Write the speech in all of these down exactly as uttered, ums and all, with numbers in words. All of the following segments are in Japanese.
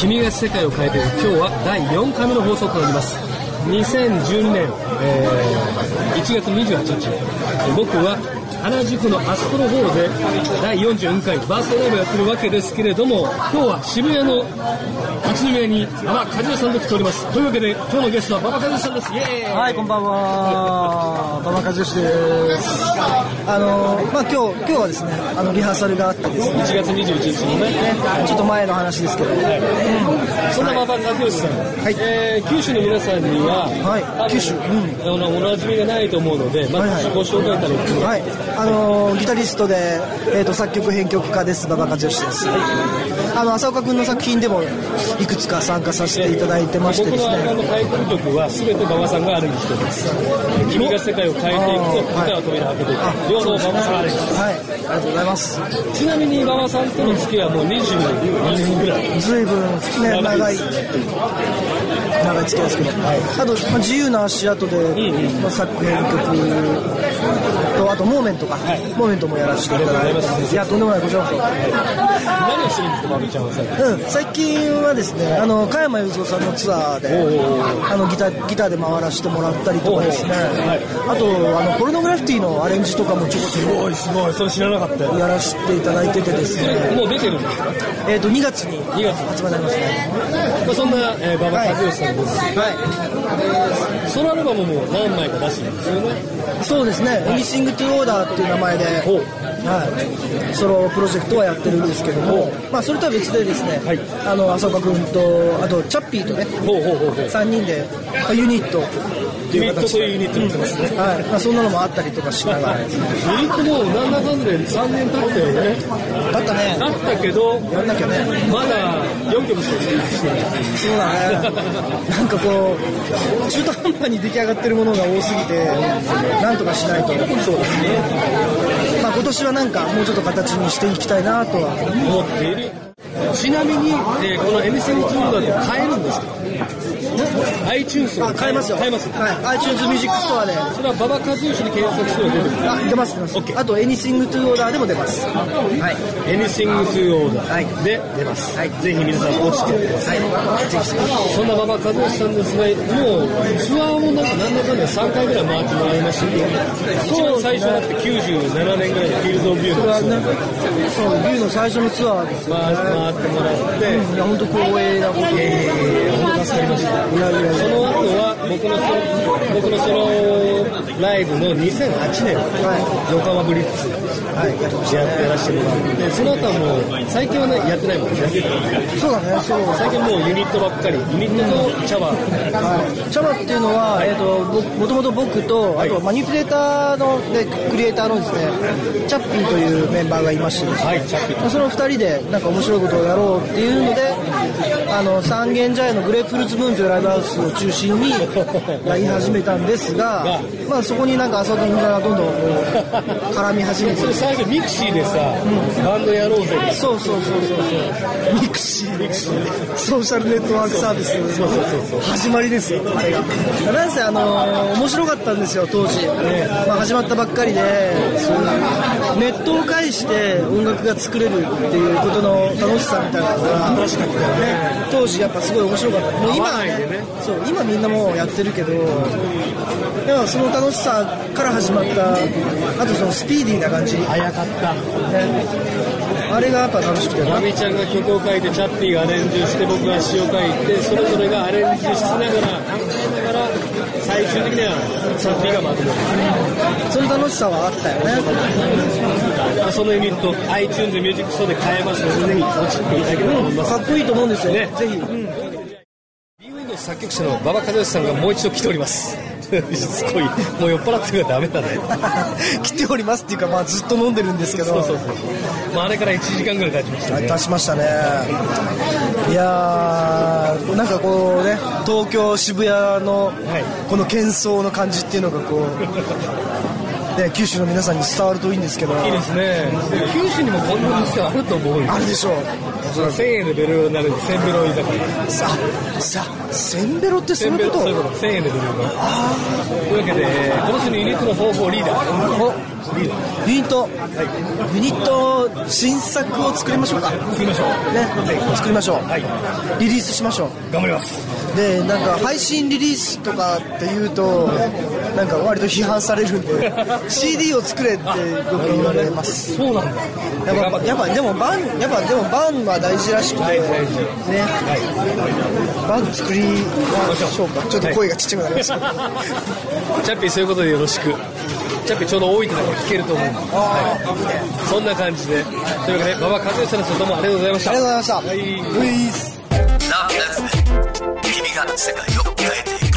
君が世界を変えている。今日はだいよんかいめの放送となります。にせんじゅうにねん、えー、いちがつにじゅうはちにち、僕は原宿のアストロホールでだいよんじゅうよんかいバースデーライブをやってるわけですけれども、今日は渋谷の一宮に馬場和義さんと来ております。というわけで今日のゲストは馬場和義さんです。イエーイ。 はい、こんばんは。馬場和義です。あのまあ今日今日はですね、あのリハーサルがあってですね、 いちがつにじゅういちにちのね、 ちょっと前の話ですけど、はいうん、そんな馬場和義さん、はい、えー、九州の皆さんには、はい、九州、うん、あのおなじみがないと思うので、まずご紹介からいってみます。はい、 あのギタリストで、えー、と作曲編曲家です。馬場和義です。あの浅岡君の作品でもいくつか参加させていただいてましてですね、 僕のあのタイトル曲は全て馬場さんがアレンジしています。君が世界を変えていくとギターを扉を開けていく、はい、両方馬場さんアレンジです。 はい、ありがとうございます。 ちなみに馬場さんとの付き合いはもうにじゅうにねんぐらい、 ずいぶん、ね、長い長い付き合いですけど、はい、あと、まあ、自由な足跡で、うんうん、まあ、作編曲とあとモーメントか、はい、モーメントもやらせていただいてます。いや、とんでもない、こちらこそ。 何をしてるんですか、まみちゃんは最近。 うん、最近はですね、あの加山雄三さんのツアーであのギターギターで回らせてもらったりとかですね、はい、あとあのポルノグラフィティのアレンジとかもちょこちょこすごいすごい、それ知らなかったよ。 やらせていただいててですね、 もう出てるんですか。 えっとにがつに発売になりますね。 まあ、そんな、えー、馬場和義さんです。はい、はい、ソロアルバムも何枚か出してるんですよね。 そうですね、Anything to Order っていう名前で、はい、ソロプロジェクトはやってるんですけども、まあ、それとは別でですね、はい、あの浅岡君とあとチャッピーとね、ほうほうほうほうさんにんでユニットユニットというユニットになってますね、 うん、はい、まあ、そんなのもあったりとかしながらユニットもなんだかんだでさんねん経ったよね。 経ったね。 経ったけどやんなきゃね、 まだよんきょくしかしてない。 そうだねなんかこう中途半端に出来上がってるものが多すぎてなんとかしないと。そうですね、まあ、今年はなんかもうちょっと形にしていきたいなとは思っている。ちなみに、えー、この Anything to Order って買えるんですか。iTunes を買えますよ。 買えます。 はい。iTunes ミュージックストアで。 それは馬場和義に検索すれば出てくる。 あ、出ます出ます。 OK。 あと Anything to Order でも出ます。はい。 Anything to Order で出ます。はい。ぜひ皆さん落ちてください。はい。ぜひぜひ。そんな馬場和義さんですが、もうツアーもなんかなんだかんださんかいぐらい回ってもらいましたけど、そう最初だってきゅうじゅうななねんぐらいのフィールドビューのツアー。 そう、ビューの最初のツアーですよね。 回ってもらって、 いや本当光栄なこと。 ええ、本当助かりました。いやいや、その後は僕のソ僕のソロライブのにせんはちねん、はい、横浜ブリッツ、はい、やってらしてもらって、その後はもう最近はねやってないもんね。 そうだね、そう。 最近もうユニットばっかり、ユニットと茶葉、 はい、茶葉っていうのは、はい、えっともともと僕とあとマニピュレーターのでクリエイターのですねチャッピーというメンバーがいましてですね、はい、チャッピー、そのふたりでなんか面白いことをやろうっていうので、あの三軒茶屋のグレープフルーツムーンというライブハウスを中心にやり始めたんですが、まあそこになんか浅田君がどんどん絡み始めて、 それ最初ミクシーでさ、うん、バンドやろうぜ。 そうそうそうそうそう。ミクシー、ミクシー、ソーシャルネットワークサービスの始まりですよ。あれが。なんせあのー、面白かったんですよ当時。ね、まあ始まったばっかりで、そういうネットを介して音楽が作れるっていうことの楽しさみたいなのが確かにね。 当時やっぱすごい面白かった。もう今はね、そう今みんなもうやってるけど、でもその楽しさから始まった、あとそのスピーディーな感じ、 早かった、 ね、あれがやっぱ楽しくて、 まみちゃんが曲を書いてチャッピーがアレンジして僕が詩を書いてそれぞれがアレンジしながら考えながら最終的にはチャッピーがまとめる、 そういう楽しさはあったよね。 そのユニット iTunes ミュージックストアで買えますのでぜひ落ちていただければと思います、 うん、かっこいいと思うんですよね、ぜひ、うん、 ビーウィンド作曲者の馬場和義さんがもう一度来ておりますしつこい、もう酔っ払ってるからダメだね来ておりますっていうか、まあ、ずっと飲んでるんですけど、そうそうそう、 まあ、あれからいちじかんぐらい経ちましたね。 経ちましたね。いやー、なんかこうね、東京渋谷のこの喧騒の感じっていうのがこう、ね、九州の皆さんに伝わるといいんですけど。 いいですね。九州にもこんな店あると思うよ。 あるでしょう。 せんえんでベロになるんで、せんベロ居酒屋。 さあ、さあ、せんベロってそういうこと？ そういうこと、せんえんでベロになる。ああ。というわけで、このつのユニットの方法リーダー。 おユニット、はい、ユニット新作を作りましょうか。 作りましょうね、はい、作りましょう、はい、リリースしましょう。 頑張ります。 でなんか配信リリースとかって言うとなんか割と批判されるんでシーディー を作れってよく言われます。 そうなんだ。 やっぱやっぱでもバンやっぱでもバンは大事らしくて、はい、ね、はい、バン作りましょうか。ちょっと声がちっちゃくなりました。 チャッピーそういうことでよろしく。チャッピーちょうど多いってのが聞けると思うんで、はい、そんな感じで、というわけで馬場和義さんです。どうもありがとうございました。 ありがとうございました。はい、ウィース君が世界を変えていく。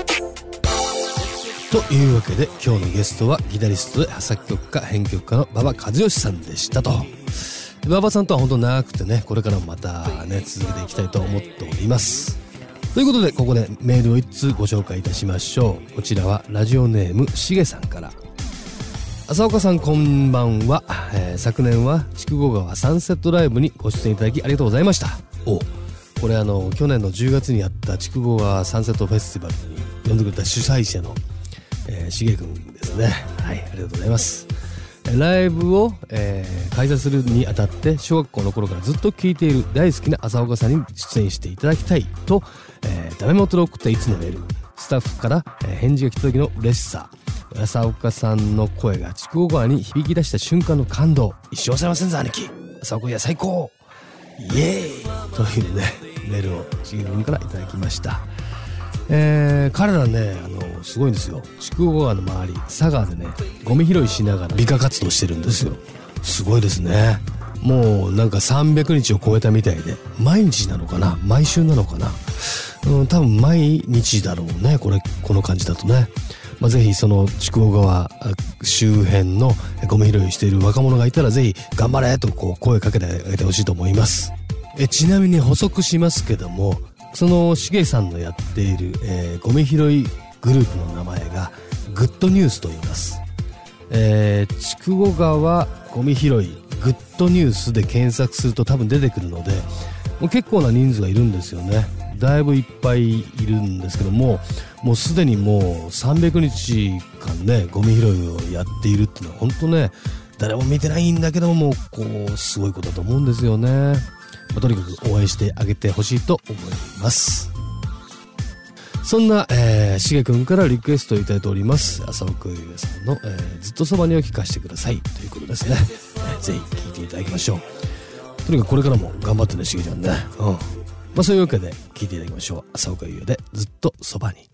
というわけで今日のゲストはギタリストで作曲家編曲家の馬場和義さんでしたと。馬場さんとは本当長くてね、これからもまたね続けていきたいと思っております。ということでここでメールを一通ご紹介いたしましょう。こちらはラジオネームしげさんから。浅岡さんこんばんは、えー、昨年は筑後川サンセットライブにご出演いただきありがとうございました。おこれあの去年のじゅうがつにやった筑後川サンセットフェスティバルに呼んでくれた主催者の、えー、しげくんですね。はい、ありがとうございます。ライブを、えー、開催するにあたって小学校の頃からずっと聴いている大好きな浅岡さんに出演していただきたいと、えー、ダメ元で送ったいつのメール、スタッフから、えー、返事が来た時の嬉しさ、浅岡さんの声が筑後川に響き出した瞬間の感動、一生忘れませんぞ兄貴、浅岡いや最高イエーイというねメールをしげくんからいただきました。えー、彼らねあのすごいんですよ。筑後川の周り佐賀でねゴミ拾いしながら美化活動してるんですよ。すごいですね。もうなんかさんびゃくにちを超えたみたいで、毎日なのかな毎週なのかな、うん、多分毎日だろうねこれこの感じだとね。まあ、ぜひその筑後川周辺のゴミ拾いしている若者がいたらぜひ頑張れとこう声かけてあげてほしいと思います。えちなみに補足しますけども、そのしげさんのやっている、えー、ゴミ拾いグループの名前がグッドニュースと言います。えー、筑後川ゴミ拾いグッドニュースで検索すると多分出てくるので、もう結構な人数がいるんですよね。だいぶいっぱいいるんですけども、もうすでにもうさんびゃくにちかんねゴミ拾いをやっているっていうのは本当ね誰も見てないんだけども、こうすごいことだと思うんですよね。まあ、とにかく応援してあげてほしいと思います。そんな、えー、しげくんからリクエストをいただいております浅岡優也さんの、えー、ずっとそばにを聞かせてくださいということですね。ぜひ聴いていただきましょう。とにかくこれからも頑張ってねしげちゃんね。うん、まあ、そういうわけで聴いていただきましょう。浅岡優也でずっとそばに。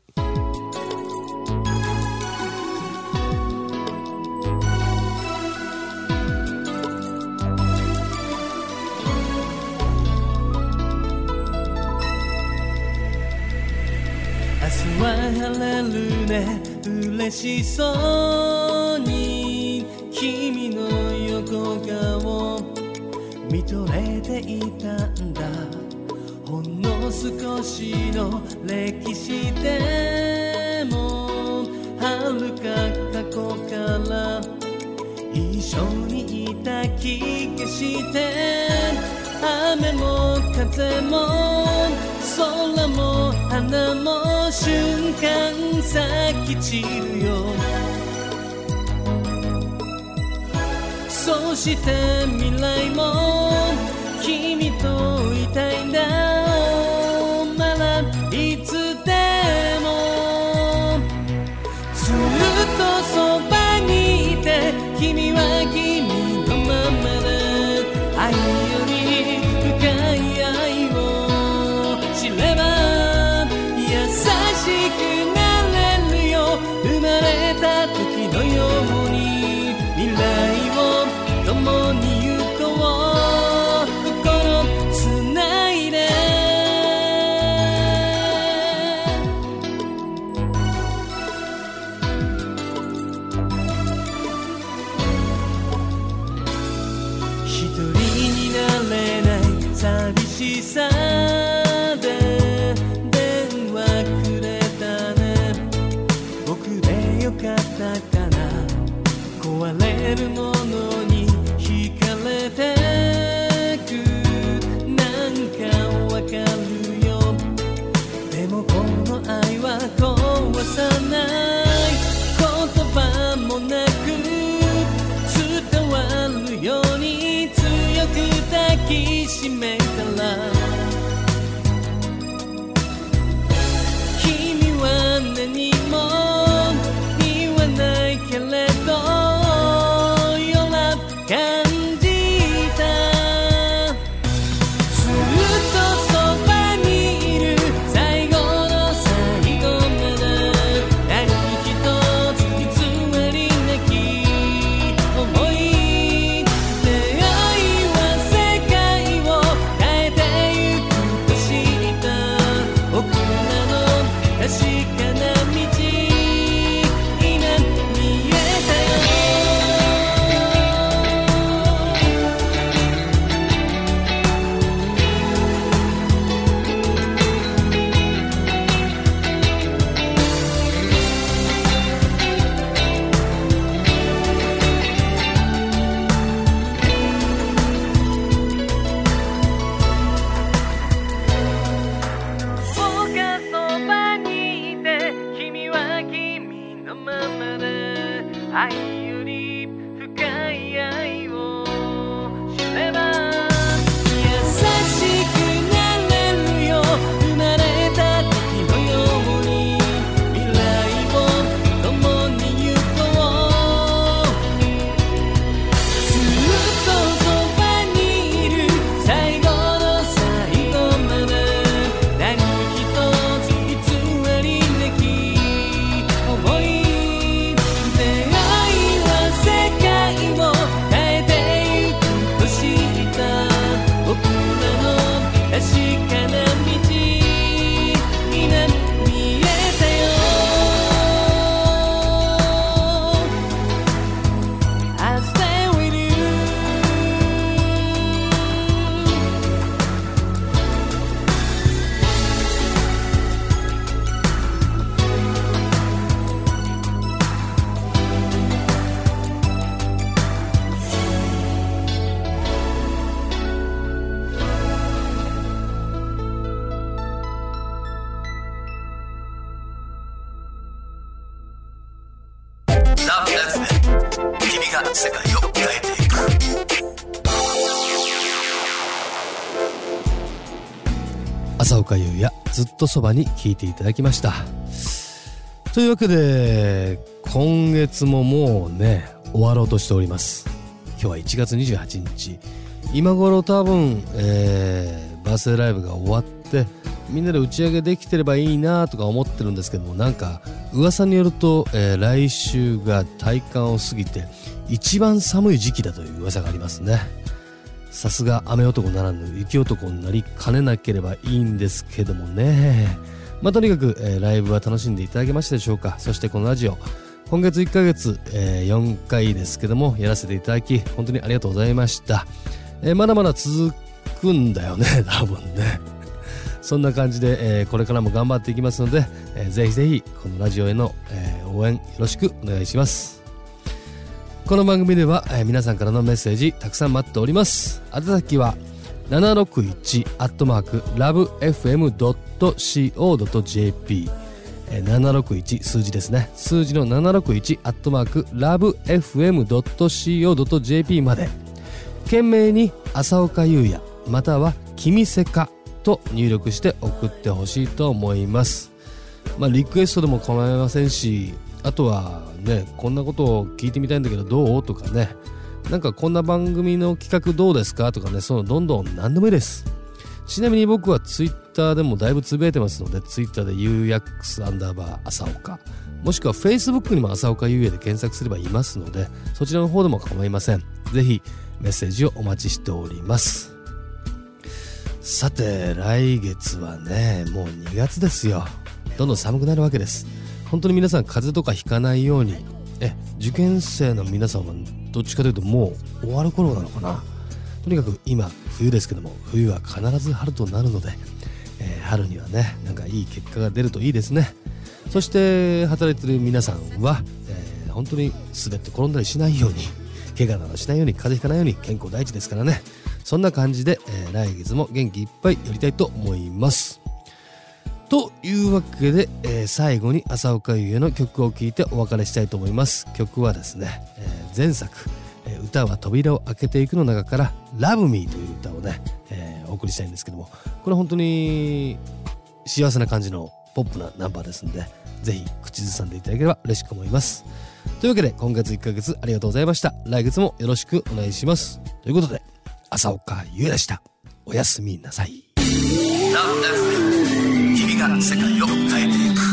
明日は晴れるね嬉しそうに君の横顔見とれていたんだ。ほんの少しの歴史でも遥か過去から一緒にいた気がして、雨も風も空も花も瞬間咲き散るよ。そして未来も君といたいんだ。ならいつでもずっとそばにいて、君は君のままで愛より深い愛を知れば優しくなれるよ。生まれた時のように未来を共に行こう。心つないで一人になれない寂しさで電話くれたね。僕でよかったかな。壊れるものに惹かれてく、なんかわかるよ。でもこの愛は壊さない。言しめたら君は何も言わないけれど Your love 感じたずっとそばにいる最後の最後まで何一つ偽りなき思い出会いは世界を変えてゆくと知った僕らの確かな道今見えたよ僕がそばにいて君は君のままで愛より深い愛を知れば優しくなれるよ生まれた時のように未来を共に行こうずっとそばにいる最後の最後まで何一つ偽りなき思い出会いは世界を変えてゆくと知った僕らの確かな道今見えたよ I'll stay with you ラブ エフエム 君が世界を変えていく浅岡優也ずっとそばに聞いていただきました。というわけで今月ももうね終わろうとしております。今日はいちがつにじゅうはちにち、今頃多分、えー、バースデーライブが終わってみんなで打ち上げできてればいいなとか思ってるんですけども、なんか噂によると、えー、来週が体感を過ぎて一番寒い時期だという噂がありますね。さすが雨男ならぬ雪男になりかねなければいいんですけどもね。まあとにかく、えー、ライブは楽しんでいただけましたでしょうか。そしてこのラジオ今月いっかげつ、えー、よんかいですけどもやらせていただき本当にありがとうございました。えー、まだまだ続くんだよね多分ねそんな感じで、えー、これからも頑張っていきますので、えー、ぜひぜひこのラジオへの、えー、応援よろしくお願いします。この番組では、えー、皆さんからのメッセージたくさん待っております。宛先はななろくいちアットマークラブエフエムドットシーオードットジェーピー、ななろくいち数字ですね、数字のななろくいちアットマークラブエフエムドットシーオードットジェーピー まで懸命に浅岡優也または君せかと入力して送ってほしいと思います。まあリクエストでも構いませんし、あとはねこんなことを聞いてみたいんだけどどうとかね、なんかこんな番組の企画どうですかとかね、そういうのどんどん何でもいいです。ちなみに僕はツイッターでもだいぶつぶやいてますので、ツイッターで ユーエックス アンダーバー浅岡、もしくは Facebook にも浅岡優也で検索すればいますので、そちらの方でも構いません。ぜひメッセージをお待ちしております。さて来月はねもうにがつですよ。どんどん寒くなるわけです。本当に皆さん風邪とかひかないように、え受験生の皆さんはどっちかというともう終わる頃なのかな。とにかく今冬ですけども、冬は必ず春となるので、えー、春にはねなんかいい結果が出るといいですね。そして働いている皆さんは、えー、本当に滑って転んだりしないように、怪我などしないように、風邪ひかないように、健康第一ですからね。そんな感じで、えー、来月も元気いっぱいやりたいと思います。というわけで、えー、最後に浅岡優也の曲を聴いてお別れしたいと思います。曲はですね、えー、前作、えー、歌は扉を開けていくの中から Love Me という歌をね、えー、 ー、お送りしたいんですけども、これ本当に幸せな感じのポップなナンバーですんで、ぜひ口ずさんでいただければ嬉しく思います。というわけで今月いっかげつありがとうございました。来月もよろしくお願いします。ということで、浅岡優でした。おやすみなさい。 ラブ エフエム 君が世界を変えていく。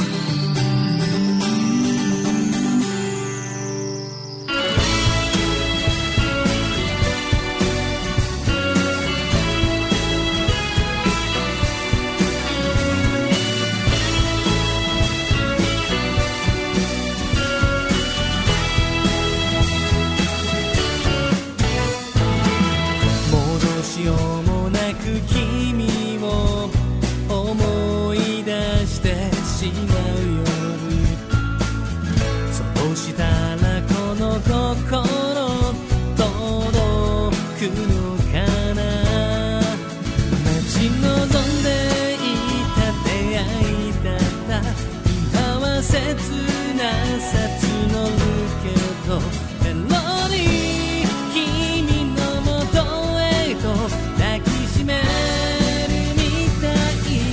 しようもなく君を思い出してしまう夜、そうしたらこの心届くのかな。待ち望んでいた出会いだった、今は切なさ募るけど、メロディー君のもとへと抱きしめるみたい。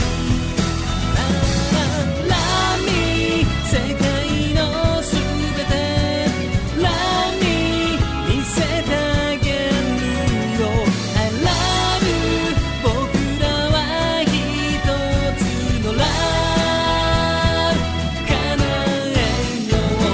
ラミ世界のすべて、ラミ見せてあげるよ。 I love you 僕らは一つのラブ叶えよう。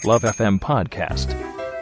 ラブエフエム Podcast。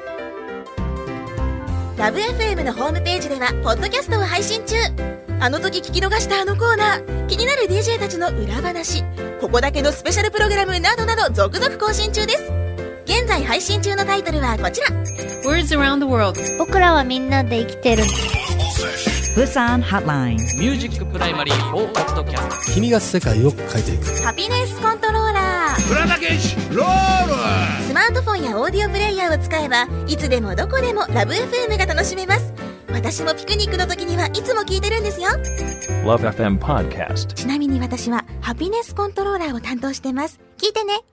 ラブ エフエム のホームページではポッドキャストを配信中。あの時聞き逃したあのコーナー、気になる ディージェー たちの裏話、ここだけのスペシャルプログラムなどなど続々更新中です。現在配信中のタイトルはこちら。 Words around the world。 僕らはみんなで生きてる。 ブサンハッライン。 ミュージックプライマリーフォーポッドキャスト。 君が世界を変えていく。 ハピネスコントローラー。 プラダケシロール。 スマートフォンやオーディオプレイヤーを使えばいつでもどこでもラブ エフエム が楽しめます。私もピクニックの時にはいつも聞いてるんですよ。 ラブエフエム Podcast。 ちなみに私はハピネスコントローラーを担当してます。聞いてね。